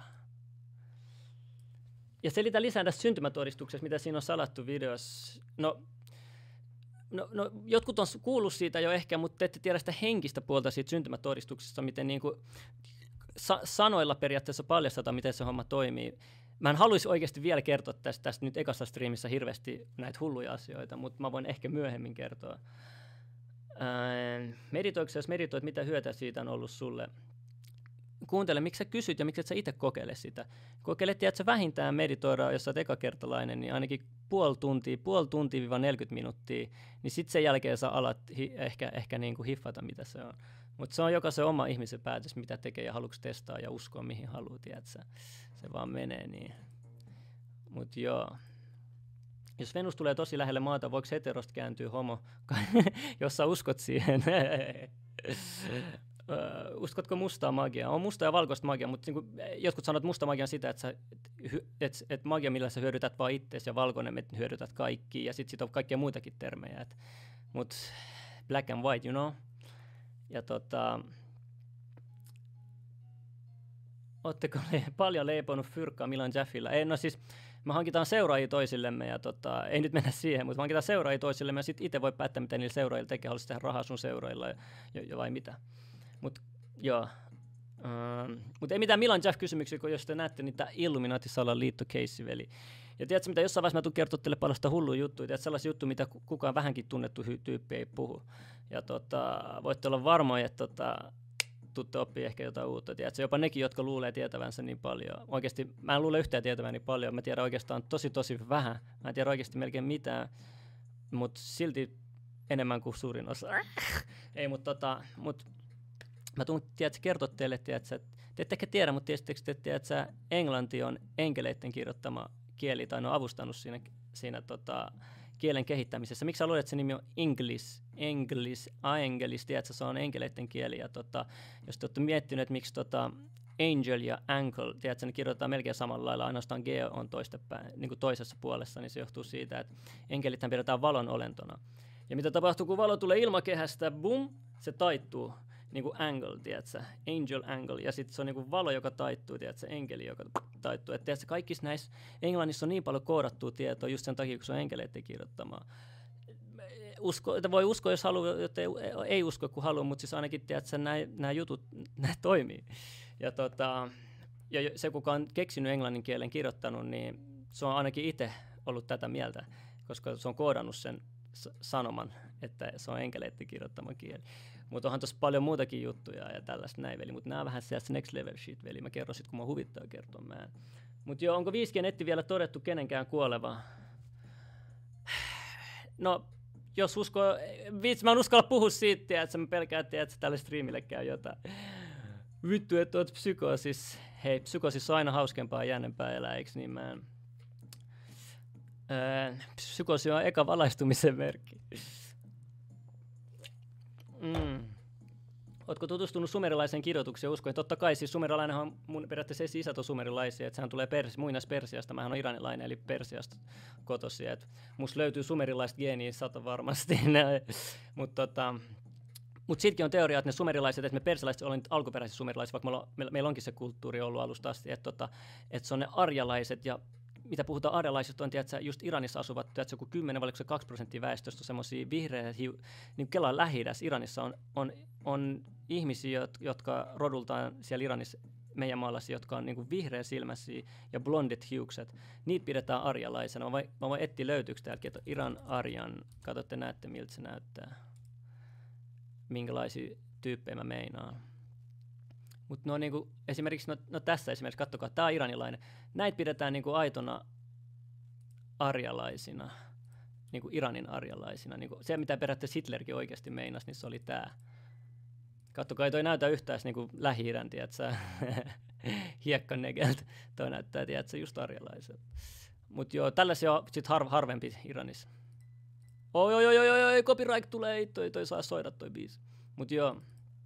Ja selitä lisää tästä syntymätodistuksesta, mitä siinä on salattu videossa. No, jotkut on kuullut siitä jo ehkä, mutta te ette tiedä sitä henkistä puolta siitä syntymätodistuksesta, miten niin kuin sanoilla periaatteessa paljastetaan, miten se homma toimii. Mä en haluaisi oikeasti vielä kertoa tästä nyt ekassa striimissä hirveästi näitä hulluja asioita, mutta mä voin ehkä myöhemmin kertoa. Meditoitko, jos meditoit, mitä hyötyä siitä on ollut sulle? kuuntele, miksi sä kysyt ja miksi et sä itse kokeile sitä. Kokeile, että sä vähintään meditoida, jos sä oot ekakertalainen, niin ainakin puoli tuntia 40 minuuttia, niin sitten sen jälkeen sä alat ehkä niin kuin hiffata, mitä se on. Mutta se on jokaisen oma ihmisen päätös, mitä tekee ja haluatko testaa ja uskoa, mihin haluaa, tiedätkö? Se vaan menee niin. Mutta joo. Jos Venus tulee tosi lähelle maata, voiko heterosta kääntyä homo, jos sä uskot siihen? Uskotko mustaa magiaa? On musta ja valkoista magiaa, mutta niin jotkut sanoo, että musta magia on sitä, että magia, millä sä hyödytät vaan itseäsi, ja valkoinen, että hyödytät kaikki, ja sitten on kaikkia muitakin termejä. Mutta black and white, you know? Ja ootteko paljon leiponut fyrkkaa Milan Jaffilla? Ei, no siis me hankitaan seuraajia toisillemme, ja ei nyt mennä siihen, mutta me hankitaan seuraajia toisillemme, ja sitten itse voi päättää, mitä niillä seuraajilla tekee, haluaisi tehdä rahaa sun seuraajilla ja vai mitä. Mutta joo. Mutta ei mitään Milan Jaff-kysymyksiä, kun jos te näette niitä Illuminati-salan liittokeissi, veli. Ja tiedätkö mitä, jossain vaiheessa mä tuun kertoa teille paljon sitä hullua juttuja, tiedätkö sellaisia juttuja, mitä kukaan vähänkin tunnettu tyyppi ei puhu. Ja voitte olla varmoja, että tuutte oppia ehkä jotain uutta. Tiedätkö? Jopa nekin, jotka luulee tietävänsä niin paljon. Oikeasti mä en luule yhtään tietävää niin paljon. Mä tiedän oikeastaan tosi vähän. Mä en tiedä oikeasti melkein mitään, mutta silti enemmän kuin suurin osa. Ei, mutta mä tuun kertoa teille, tiedätkö, te ette ehkä tiedä, mutta tiedätkö, englanti on enkeleiden kirjoittama kieli, tai ne on avustanut siinä kielen kehittämisessä. Miksi sä luulet, että se nimi on English, tiedätkö, se on enkeleiden kieli, ja jos te olette miettineet, että miksi angel ja ankle, tiedätkö, ne kirjoitetaan melkein samalla lailla, ainoastaan G on niin kuin toisessa puolessa, niin se johtuu siitä, että enkelithän pidetään valon olentona. Ja mitä tapahtuu, kun valo tulee ilmakehästä, boom, se taittuu. Niin kuin angle, tiedätkö? Angel angle, ja sitten se on niin kuin valo, joka taittuu, tiedätkö? Enkeli, joka taittuu. Että tiedätkö, kaikissa näissä Englannissa on niin paljon koodattua tietoa just sen takia, kun se on enkeleiden kirjoittamaa. Voi uskoa, jos haluaa, jotta ei usko, kun haluaa, mutta siis ainakin, tiedätkö, nämä jutut, nämä toimii. Ja se, kuka on keksinyt englannin kielen kirjoittanut, niin se on ainakin itse ollut tätä mieltä, koska se on koodannut sen sanoman, että se on enkeleiden kirjoittama kieli. Mutta onhan tuossa paljon muutakin juttuja ja tällaista näin, veli. Mutta nämä on vähän sellaista next level shit, veli. Mä kerron sit, kun mä huvittaa kertoa. Mutta joo, onko 5G-netti vielä todettu kenenkään kuoleva? No, jos uskoo... mä en uskalla puhua siitä, että mä pelkään, että tälle streamille käy jotain. Vittu, että oot psykoosis. Hei, psykoosis on aina hauskempaa ja jännempää elää, eikö niin? Psykoosi on eka valaistumisen merkki. Ootko tutustunut sumerilaiseen kirjoitukseen uskoen? Totta kai, siis sumerilainenhan on mun periaatteessa isät on sumerilaisia, että sehän tulee muinaispersiasta, mähän on iranilainen, eli Persiasta kotoisin, että musta löytyy sumerilaista geeniä 100 varmasti, mutta sittenkin on teoria, että ne sumerilaiset, että me persilaiset ollaan nyt alkuperäisiä sumerilaisia, vaikka meillä onkin se kulttuuri ollut alusta asti, että se on ne arjalaiset, ja mitä puhutaan arjalaisista on, tiedätkö, just Iranissa asuvat, tiedätkö, joku 10 vai 2% väestöstä on semmoisia vihreitä, niin Kelan Lähi-idässä Iranissa on ihmisiä, jotka rodultaan siellä Iranissa, meidän maallasi, jotka on niin kuin vihreäsilmäisiä ja blondit hiukset. Niitä pidetään arjalaisena. Mä voin etsiä löytyykö täälläkin, että Iran arjan, katsotte näette miltä se näyttää. Minkälaisia tyyppejä mä meinaan. Mutta no niinku esimerkiksi tässä esimerkiksi katsokaa, tää on iranilainen. Näitä pidetään niinku aitona arjalaisina, niinku Iranin arjalaisina. Niinku se mitä periaatteessa Hitlerkin oikeasti meinasi, niin se oli tää. Katsokaa, ei toi näytä yhtään niinku Lähi-idän, tiedätkö? Hiekkanegeltä. Toi näyttää, tiedätkö, just arjalaiset. Mut joo, tällaisia on sit harvempi Iranissa. Oi, copyright tulee, toi saa soida toi biisi. Mut joo.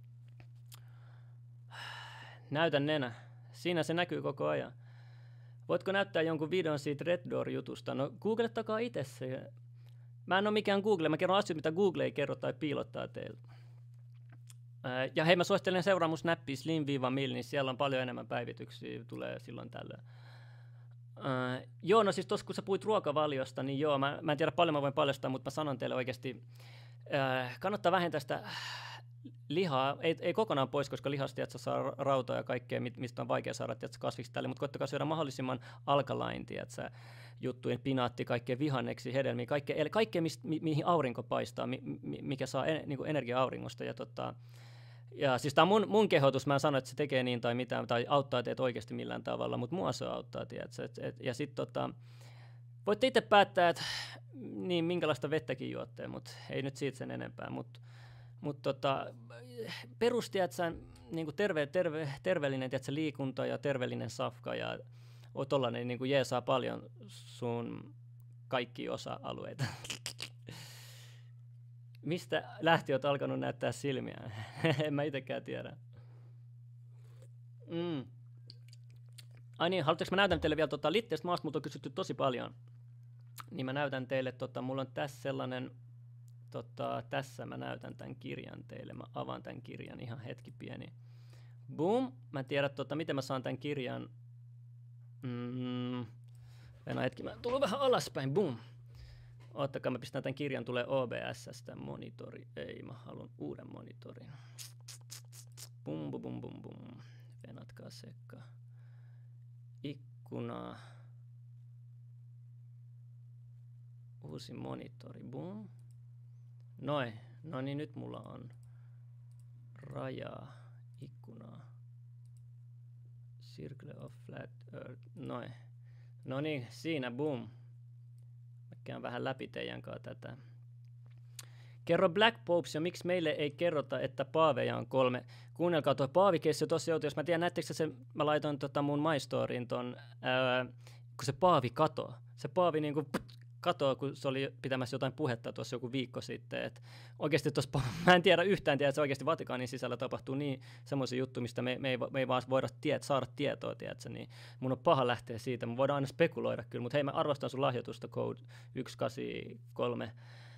Näytä nenä. Siinä se näkyy koko ajan. Voitko näyttää jonkun videon siitä Red Door-jutusta? No googlettakaa itse se. Mä en ole mikään Google. Mä kerron asioita, mitä Google ei kerro tai piilottaa teille. Ja hei, mä suosittelen seuraa mun snappia slim-mill, niin siellä on paljon enemmän päivityksiä. Tulee silloin tällöin. Joo, no siis tuossa kun sä puhuit ruokavaliosta, niin joo, mä en tiedä paljon mä voin paljastaa, mutta mä sanon teille oikeasti, kannattaa vähentää sitä lihaa, ei kokonaan pois, koska lihasta saa rautaa ja kaikkea, mistä on vaikea saada kasviksi tälle, mutta koittakaa syödä mahdollisimman alkalain, juttujen, pinaatti, kaikkea vihanneksi, hedelmiä, kaikkea mihin aurinko paistaa, mikä saa niinku energiaa auringosta. Ja siis tää on mun kehotus, mä en sano, että se tekee niin tai mitään, tai auttaa teitä oikeasti millään tavalla, mutta mua se auttaa, tiedätkö? Ja sit voitte itse päättää, että niin minkälaista vettäkin juotte, mutta ei nyt siitä sen enempää, mutta perusti, että sä niinku terveellinen tiedätkö, liikunta ja terveellinen safka ja tollanen niinku jeesaa paljon sun kaikki osa-alueita. Mistä lähti oot alkanut näyttää silmiä? En mä itekään tiedä. Ai niin, haluatteko mä näytän teille vielä Litteestä maasta, multa on kysytty tosi paljon. Niin mä näytän teille, mulla on tässä sellainen, tässä mä näytän tämän kirjan teille. Mä avaan tämän kirjan ihan hetki pieni. Boom! Mä en tiedä, miten mä saan tämän kirjan. Venä hetki, mä tulin vähän alaspäin. Boom! Ottakaa, mä pistän tämän kirjan, tulee OBS:stä monitori. Ei, mä haluan uuden monitorin. Bum, bum, bum, bum, bum. Venatkaa sekka. Ikkuna. Uusi monitori. Boom. Noin. No niin, nyt mulla on rajaa, ikkunaa. Circle of flat earth. Noin. No niin, siinä, boom. Mä käyn vähän läpi teidän kanssa tätä. Kerro Black Popes ja miksi meille ei kerrota, että paaveja on 3. Kuunnelkaa tuo paavikessi tosi outo. Jos mä tiedän, näettekö se, mä laitoin mun My Storyin ton, kun se paavi katoo. Se paavi niinku katoa, kun se oli pitämässä jotain puhetta tuossa joku viikko sitten. Et oikeasti tuossa, mä en tiedä yhtään, että se oikeasti Vatikaanin sisällä tapahtuu niin semmoisia juttuja, mistä me ei vaan voida saada tietoa, tiedätkö, niin mun on paha lähteä siitä. Me voidaan aina spekuloida kyllä, mutta hei, mä arvostan sun lahjoitusta, Code 183.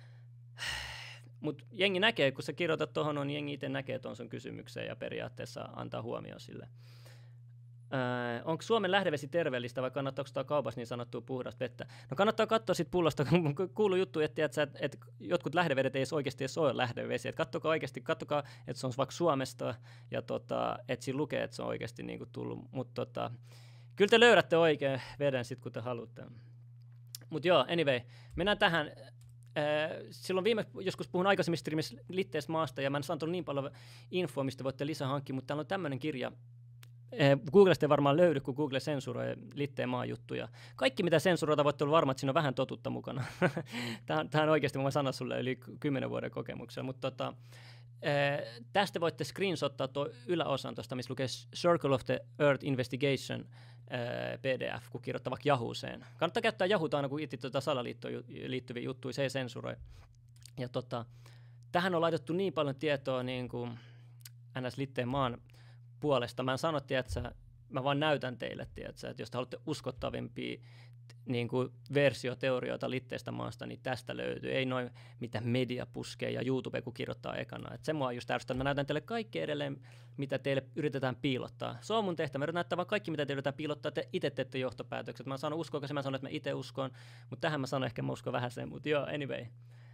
Mutta jengi näkee, kun sä kirjoitat tuohon, niin jengi itse näkee tuon sun kysymykseen ja periaatteessa antaa huomioon sille. Onko Suomen lähdevesi terveellistä vai kannattaako sitä kaupassa niin sanottua puhdasta vettä? No kannattaa katsoa sit pullosta, kun kuuluu juttu, että jotkut lähdevedet ei oikeasti edes ole lähdevesiä. Katsokaa, että se on vaikka Suomesta ja että siinä lukee, että se on oikeasti niinku tullut. Mutta kyllä te löydätte oikein veden sitten, kun te haluatte. Mutta joo, anyway, mennään tähän. Silloin joskus puhun aikaisemmin streamissä Litteestä maasta ja mä en saanut niin paljon infoa, mistä voitte lisää hankkia, mutta täällä on tämmöinen kirja. Googlesta ei varmaan löydy, kun Google sensuroi Litteen maan juttuja. Kaikki, mitä sensuroita, voitte olla varma, että siinä on vähän totuutta mukana. Tämä on oikeasti, mä voin sanoa sulle, yli 10 vuoden kokemuksella. Mutta tästä voitte screenshottaa tuo yläosan tuosta, missä lukee Circle of the Earth Investigation PDF, kun kirjoittaa vaikka Yahoo'seen. Kannattaa käyttää Yahoo'ta aina, kun itse salaliittoon liittyviä juttuja, se ei sensuroi. Ja tähän on laitettu niin paljon tietoa niin kuin NS Litteen maan puolesta. Mä en sano, että mä vaan näytän teille, tiedätkö, että jos te haluatte uskottavimpia niin kuin versioteorioita Litteestä maasta, niin tästä löytyy. Ei noin mitä media puskee ja YouTube kun kirjoittaa ekana. Et se mua just ärsyttää, että mä näytän teille kaikki edelleen, mitä teille yritetään piilottaa. Se on mun tehtävä. Mä yritän näyttää vaan kaikki, mitä te yritetään piilottaa. Te itse teette johtopäätökset. Mä sanon uskoako se, mä sanon, että mä itse uskon. Mutta tähän mä sanon, ehkä mä uskon vähän sen. Mutta joo, anyway.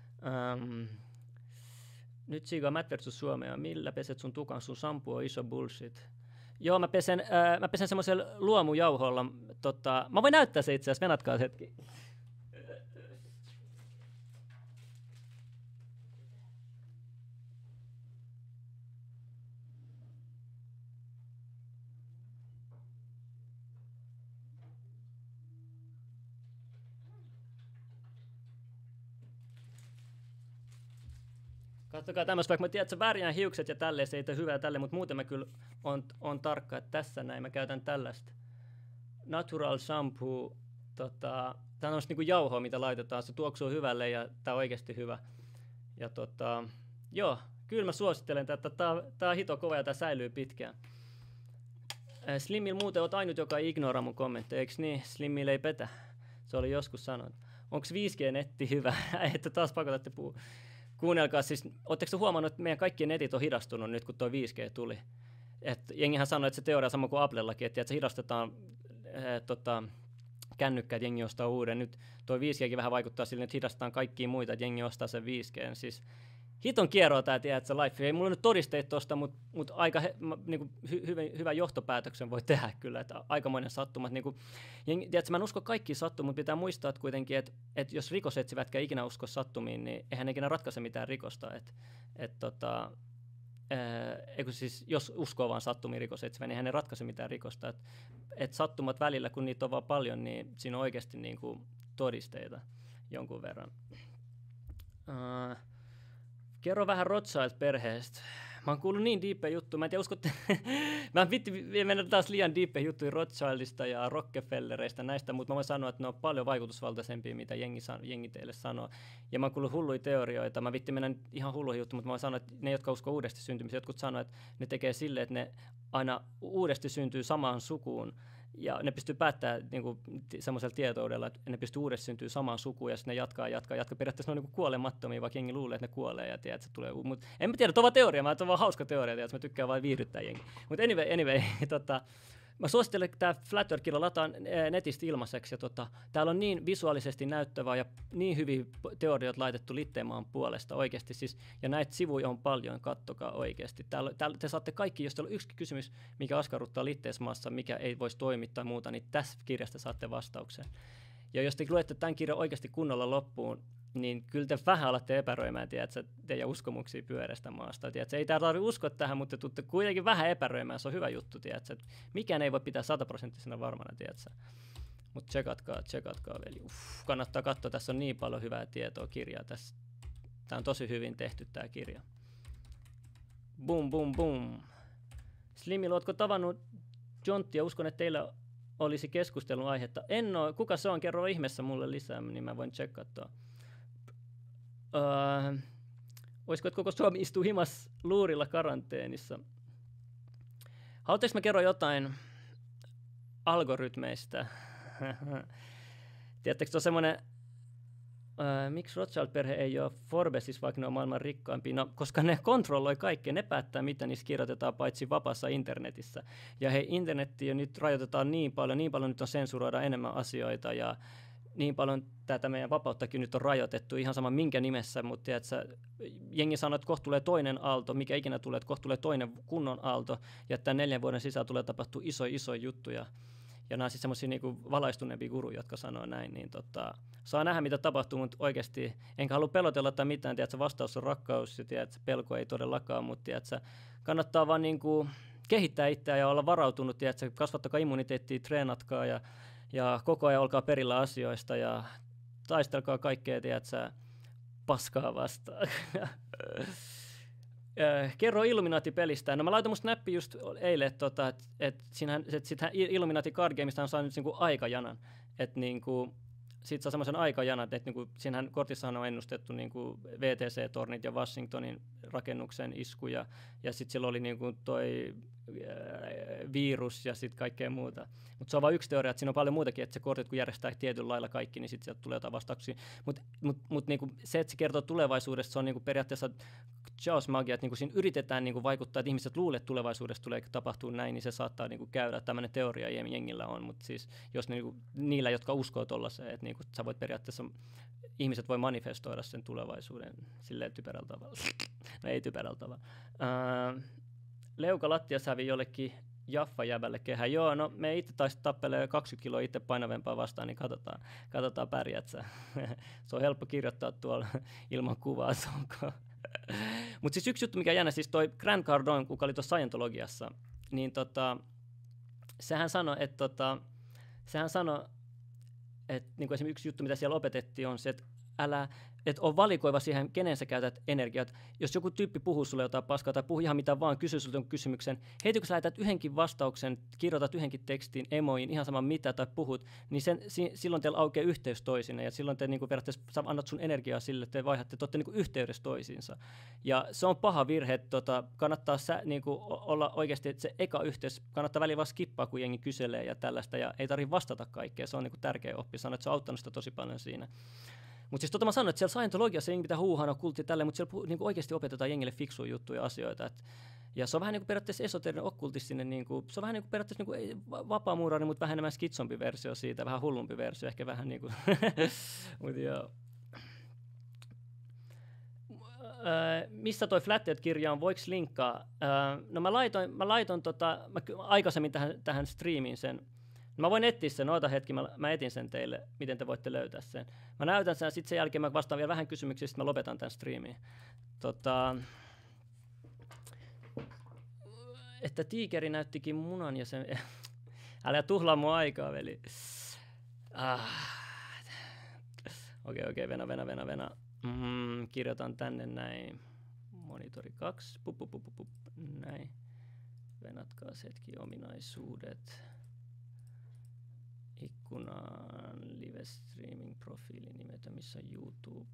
Nyt siikaa Matt versus Suomea. Millä peset sun tukan? Sun shampoo on iso bullshit. Joo, mä pesen semmoisella luomujauholla. Mä voin näyttää se itse asiassa. Venatkaa hetki. Katsokaa tämmöistä, vaikka mä tiedän, että sä värjään hiukset ja tälleen, se ei tee hyvää tälleen, mutta muuten mä kyllä on tarkka, että tässä näin mä käytän tällaista natural shampoo. Tää on niinku jauhoa, mitä laitetaan, se tuoksuu hyvälle ja tää on oikeasti hyvä. Ja joo, kyllä mä suosittelen tätä, tää on hito kova ja tää säilyy pitkään. Slimmil muuten oot ainut, joka ei ignoraa mun kommentteja, eiks niin? Slimmil ei petä. Se oli joskus sanonut. Onks 5G-netti hyvä? Että taas pakotatte puhua. Kuunnelkaa, siis ootteko huomannut, että meidän kaikkien netit on hidastunut nyt, kun tuo 5G tuli? Jengihän sanoi, että se teoria on sama kuin Applellakin, että se hidastetaan kännykkäät, jengi ostaa uuden. Nyt tuo 5G vähän vaikuttaa sille, että hidastetaan kaikkia muita, että jengi ostaa sen 5G. Siis hiton kierroa tämä, tiedätkö, life. Ei mulla nyt todisteet tuosta, mutta aika niin hyvä johtopäätöksen voi tehdä kyllä, että aikamoinen sattuma. Niin tiedätkö, mä en usko kaikkiin sattumiin, mutta pitää muistaa että kuitenkin, että jos rikosetsivätkään ikinä usko sattumiin, niin eihän ne ikinä ratkaise mitään rikosta. siis jos uskoo vaan sattumiin rikosetsiväin, niin hän ei ratkaise mitään rikosta. Et sattumat välillä, kun niitä on vaan paljon, niin siinä on oikeasti niinku todisteita jonkun verran. Kerro vähän Rothschild-perheestä. Mä oon kuullut niin diippejä juttuja. Mä en tiedä, uskotte. Mä en vitti mennä taas liian diippejä juttuja Rothschildista ja Rockefellereista näistä, mutta mä voin sanoa, että ne on paljon vaikutusvaltaisempia, mitä jengi teille sanoo. Ja mä oon kuullut hulluja teorioita. Mä vitti mennä ihan hulluja juttuja, mutta mä voin sanoa, että ne, jotka uskoo uudesti syntymiseen, jotkut sanoo, että ne tekee silleen, että ne aina uudesti syntyy samaan sukuun. Ja ne pystyy päättämään niin semmoisella tietoudella, että ne pystyy uudesti syntyä samaan sukuun ja sitten ne jatkaa. Periaatteessa ne on niin kuolemattomia, vaikka jengi luulee, että ne kuolee ja tiedät, että se tulee. Mut en mä tiedä, tämä on vaan teoria, mä on vaan hauska teoria, tiedät, mä tykkään vain viihdyttää jengi. Mutta anyway mä suosittelen, että tämä Flat Earth-kirja lataan netistä ilmaiseksi. Ja täällä on niin visuaalisesti näyttävää ja niin hyviä teorioita laitettu Litteenmaan puolesta oikeasti. Siis, ja näitä sivuja on paljon, kattokaa oikeasti. Täällä te saatte kaikki, jos teillä on yksi kysymys, mikä askarruttaa Litteesmaassa, mikä ei voisi toimittaa muuta, niin tässä kirjasta saatte vastauksen. Ja jos te luette tämän kirjan oikeasti kunnolla loppuun, niin kyllä te vähän alatte epäröimään, tiedätkö, teidän uskomuksia pyöreästä maasta. Tiedätkö, ei tarvitse uskoa tähän, mutta te tuutte kuitenkin vähän epäröimään, se on hyvä juttu. Tiedätkö, mikään ei voi pitää 100% varmana. Mutta tsekatkaa veli. Kannattaa katsoa, tässä on niin paljon hyvää tietoa kirjaa. Tämä on tosi hyvin tehty tämä kirja. Boom. Slimi, oletko tavannut Jonttia? Uskon, että teillä olisi keskustelun aihetta. En ole. Kuka se on? Kerro ihmeessä mulle lisää, niin mä voin tsekata. Olisiko, että koko Suomi istuu himas luurilla karanteenissa? Haluatteko mä kerron jotain algoritmeista? Tiedättekö, se on semmoinen, miksi Rothschild-perhe ei ole Forbesissa, vaikka ne on maailman rikkaimpia? No, koska ne kontrolloi kaikkea, ne päättää, mitä niissä kirjoitetaan, paitsi vapaassa internetissä. Ja internettiä nyt rajoitetaan niin paljon nyt on sensuroida enemmän asioita, ja niin paljon tätä meidän vapauttakin nyt on rajoitettu, ihan sama minkä nimessä, mutta tiedätkö, jengi sanoo, että kohta tulee toinen aalto, mikä ikinä tulee, että kohta tulee toinen kunnon aalto, ja että 4 vuoden sisällä tulee tapahtua isoja juttuja. Ja nämä on siis semmoisia niinku valaistuneempia guruja, jotka sanoo näin, niin saa nähdä, mitä tapahtuu, mutta oikeasti enkä halua pelotella tai mitään, tiedätkö, vastaus on rakkaus, ja tiedätkö, pelko ei todellakaan, mutta tiedätkö, kannattaa vaan niinku kehittää itseään ja olla varautunut, tiedätkö, kasvattakaa immuniteettia, treenatkaa ja koko ajan olkaa perillä asioista ja taistelkaa kaikkea, tiedätkö, paskaa vastaan. Kerro Illuminati-pelistä. No mä laitoin musta näppi just eilen, että Illuminati Card Gameista on saanut niinku aikajanan. Että niinku, siitä saa semmoisen aikajanan, että niinku, siinähän kortissahan on ennustettu niinku VTC-tornit ja Washingtonin rakennuksen iskuja. Ja sitten siellä oli niinku toi virus ja sitten kaikkea muuta. Mutta se on vain yksi teoria, että siinä on paljon muutakin, että se kortit kun järjestää tietyllä lailla kaikki, niin sitten sieltä tulee jotain vastauksia. Mutta niinku se, että se kertoo tulevaisuudesta, se on niinku periaatteessa chaos-magia, että niinku siinä yritetään niinku vaikuttaa, että ihmiset luulee, että tulevaisuudessa tulee tapahtua näin, niin se saattaa niinku käydä. Tämmöinen teoria jengillä on, mutta siis jos niinku, niillä, jotka uskoo tuollaiseen, että niinku, sä voit periaatteessa, ihmiset voi manifestoida sen tulevaisuuden silleen typerällä tavalla. No ei typerällä tavalla. Leuka lattiassa hävi jollekin Jaffa-jäbälle kehä. Joo, no me itse taisi tappelee 20 kiloa itse painavempaa vastaan, niin katsotaan pärjät sä. Se on helppo kirjoittaa tuolla ilman kuvaa. Mutta siis yksi juttu, mikä jännä, siis toi Grant Cardone, kuka oli tuossa Scientologiassa, niin sehän sanoi, että niinku esimerkiksi yksi juttu, mitä siellä opetettiin, on se, että että on valikoiva siihen, kenen sä käytät energiaa. Jos joku tyyppi puhuu sulle jotain paskaa tai puhuu ihan mitä vaan, kysyy sulta jonkun kysymyksen, heti kun sä lähetät yhdenkin vastauksen, kirjoitat yhdenkin tekstin, emoihin, ihan sama mitä tai puhut, niin silloin teillä aukeaa yhteys toisinne ja silloin te niinku periaatteessa annat sun energiaa sille, että te vaihatte, te olette niinku yhteydessä toisiinsa. Ja se on paha virhe, että kannattaa niinku olla oikeasti, että se eka yhteys, kannattaa väliin vaan skippaa, kun jengi kyselee ja tällaista, ja ei tarvitse vastata kaikkea, se on niinku tärkeä oppi. Sanoin, että se on auttanut sitä tosi paljon siinä. Mutta siis mä sanoin, että siellä Scientologiassa ei mitään huuhaa, kultti tälleen, mutta siellä niinku oikeasti opetetaan jengille fiksuja juttuja ja asioita. Ja se on vähän niin kuin periaatteessa esoterinen okkultistinen, niinku, se on vähän niin kuin periaatteessa niinku vapaamuurari, mutta vähän enemmän skitsompi versio siitä, vähän hullumpi versio, ehkä vähän niin kuin, mutta joo. Missä toi Flat Earth-kirja on, voiko linkkaa? No mä laitoin aikaisemmin tähän striimiin sen. Mä voin etsiä sen, oota hetki, mä etin sen teille, miten te voitte löytää sen. Mä näytän sen, sitten sen jälkeen mä vastaan vielä vähän kysymyksiä, sitten mä lopetan tämän striimiin. että tiikeri näyttikin munan ja sen... Älä tuhlaa mun aikaa, veli. Okei, venä. Kirjoitan tänne näin. Monitori 2. Näin. Venatkaa hetki ominaisuudet. Ikkunaan live streaming profiili nimetä missä on YouTube.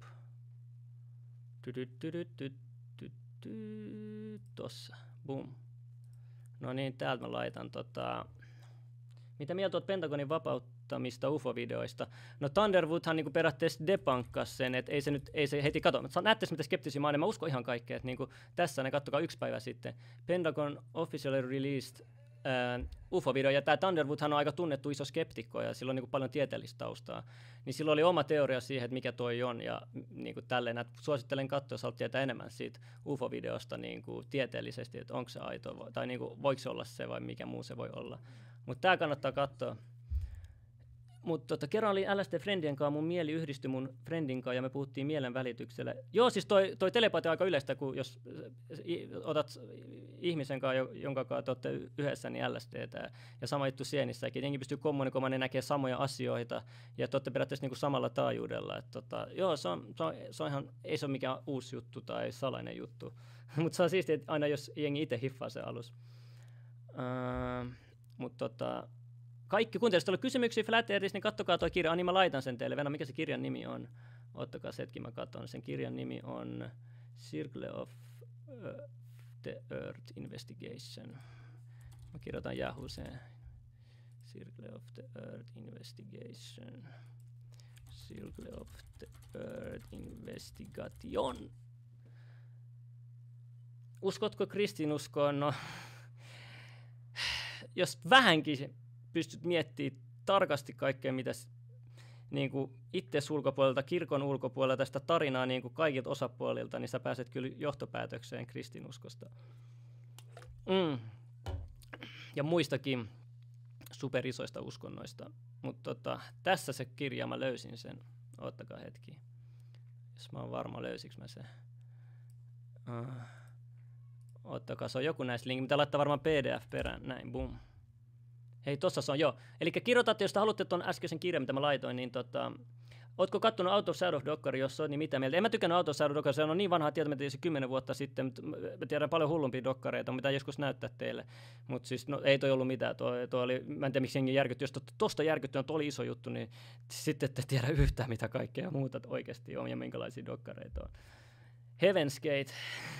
Tossa. Boom. No niin, täältä mä laitan mitä mieltä oot Pentagonin vapauttamista UFO-videoista? No Thunderwoodhan niinku periaatteessa debankkasi sen, että ei se heti kato. Näette mitä skeptisiä mä oon, mä uskon ihan kaikkea. Niinku tässä ne kattokaa 1 päivä sitten. Pentagon officially released UFO-video, ja tämä Thunderwoodhan on aika tunnettu iso skeptikko, ja sillä on niinku paljon tieteellistä taustaa. Niin sillä oli oma teoria siihen, että mikä toi on, ja niinku tälleen, että suosittelen katsoa, jos haluat tietää enemmän siitä UFO-videosta niinku tieteellisesti, että onko se aito, tai niinku, voiko se olla se, vai mikä muu se voi olla. Mutta tää kannattaa katsoa. Mutta kerran oli LSD Friendien kanssa, mun mieli yhdistyi mun friendin kanssa ja me puhuttiin mielen välityksellä. Joo, siis toi telepatia on aika yleistä, kun jos otat ihmisen kanssa, jonka kanssa te olette yhdessä, niin LSDtä. Ja sama juttu sienissäkin. Jengi pystyy kommunikoimaan, ne näkee samoja asioita ja te olette periaatteessa niinku samalla taajuudella. Joo, se on ihan, ei se ole mikään uusi juttu tai salainen juttu. Mutta se on siistiä, aina jos jengi itse hiffaa se alus. Mutta kaikki kuuntelijat, jos on kysymyksiä Flat Earthistä, niin kattokaa tuo kirja. Niin mä laitan sen teille. Venä, mikä se kirjan nimi on? Ottakaa se hetki, mä katson. Sen kirjan nimi on Circle of the Earth Investigation. Mä kirjoitan Yahoo'seen. Circle of the Earth Investigation. Circle of the Earth Investigation. Uskotko kristinuskoon? No, jos vähänkin pystyt miettimään tarkasti kaikkea, mitä niin itse ulkopuolelta, kirkon ulkopuolelta, tästä tarinaa niin kaikilta osapuolilta, niin sä pääset kyllä johtopäätökseen kristinuskosta. Ja muistakin superisoista uskonnoista. Mutta tässä se kirja, mä löysin sen. Ottakaa hetki. Jos mä oon varma, löysikö mä sen. Ottakaa, se on joku näistä linkki, mitä laittaa varmaan PDF perään. Näin, boom. Hei, tossa se on, joo. Eli kirjoitatte, jos te haluatte tuon äskeisen kirjan, mitä mä laitoin, niin ootko kattonut Out of Shadow-dokkari, jos on, niin mitä mieltä? En mä tykännyt Out of Shadow-dokkari, se on niin vanhaa tieto, mä tein se 10 vuotta sitten, mutta mä tiedän paljon hullumpia dokkareita, mitä joskus näyttää teille. Mutta siis, no ei toi ollut mitään, toi oli, mä en tiedä miksi jengi järkytty, jos tosta järkytty on oli iso juttu, niin sitten ette tiedä yhtään mitä kaikkea muuta oikeasti on ja minkälaisia dokkareita on. Heaven's Gate.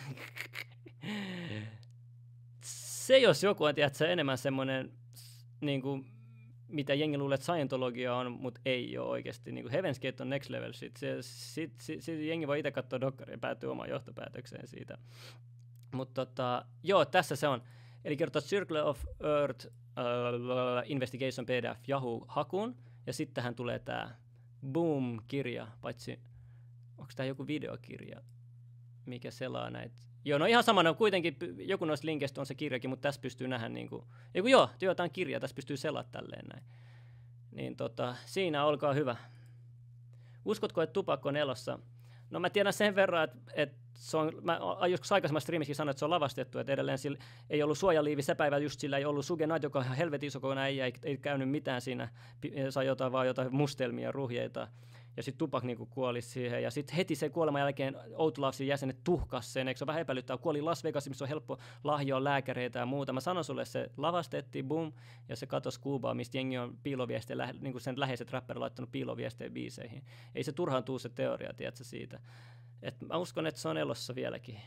Se jos joku on, tiedätkö, enemmän semmoinen, niin kuin, mitä jengi luulee, että Scientologia on, mutta ei ole oikeasti. Niin Heaven's Gate on next level shit. Sitten jengi voi itse katsoa dokkaria ja päätyä omaan johtopäätökseen siitä. Mutta joo, tässä se on. Eli kertoo Circle of Earth Investigation PDF Yahoo-hakuun, ja sitten tähän tulee tämä Boom-kirja, paitsi onko tämä joku videokirja, mikä selaa näitä. Joo, no ihan sama, no kuitenkin joku noista linkeistä on se kirjakin, mutta tässä pystyy nähdä niinku, joo, tämä on kirja, tässä pystyy selaamaan tälleen näin. Niin siinä olkaa hyvä. Uskotko, että tupakko on elossa? No mä tiedän sen verran, että se on, mä joskus aikaisemmassa streamissakin sanoin, että se on lavastettu, että edelleen sillä ei ollut suojaliivi se päivä, just sillä ei ollut Suge Knight, joka on ihan helvetin iso kokoinen äijä, ei käynyt mitään siinä, sai jotain mustelmia, ruhjeita. Ja sitten Tupac niinku kuoli siihen. Ja sitten heti sen kuoleman jälkeen Outlawsin jäsenet tuhkas sen. Eikö se ole vähän epäilyttää? Kuoli Las Vegasissa, missä on helppo lahjoa lääkäreitä ja muuta. Mä sanon sulle, se lavastettiin, boom, ja se katosi Kuubaa, mistä jengi on piiloviestejä, niin sen läheiset räppärit laittanut piiloviestejä biiseihin. Ei se turhaan tuu se teoria, tiedätkö, siitä. Et mä uskon, että se on elossa vieläkin.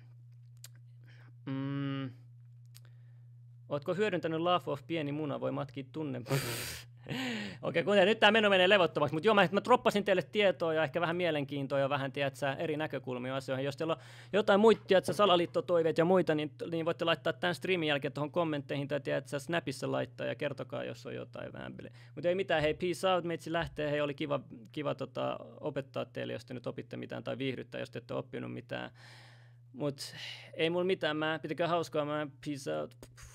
Ootko hyödyntänyt Laugh of pieni muna, voi matkia tunne. Okei, nyt tämä meno menee levottomaksi, mutta joo, mä droppasin teille tietoa ja ehkä vähän mielenkiintoa ja vähän, tiedätkö, eri näkökulmia asioihin. Jos teillä on jotain muita, tiedätkö, salaliittotoiveita ja muita, niin voitte laittaa tämän streamin jälkeen tuohon kommentteihin tai, tiedätkö, Snapissa laittaa ja kertokaa, jos on jotain vähän. Mutta ei mitään, hei, peace out, meitsi lähtee, hei, oli kiva opettaa teille, jos te nyt opitte mitään tai viihdyttää, jos te ette oppinut mitään. Mutta ei mulla mitään, pitäkää hauskaa, peace out.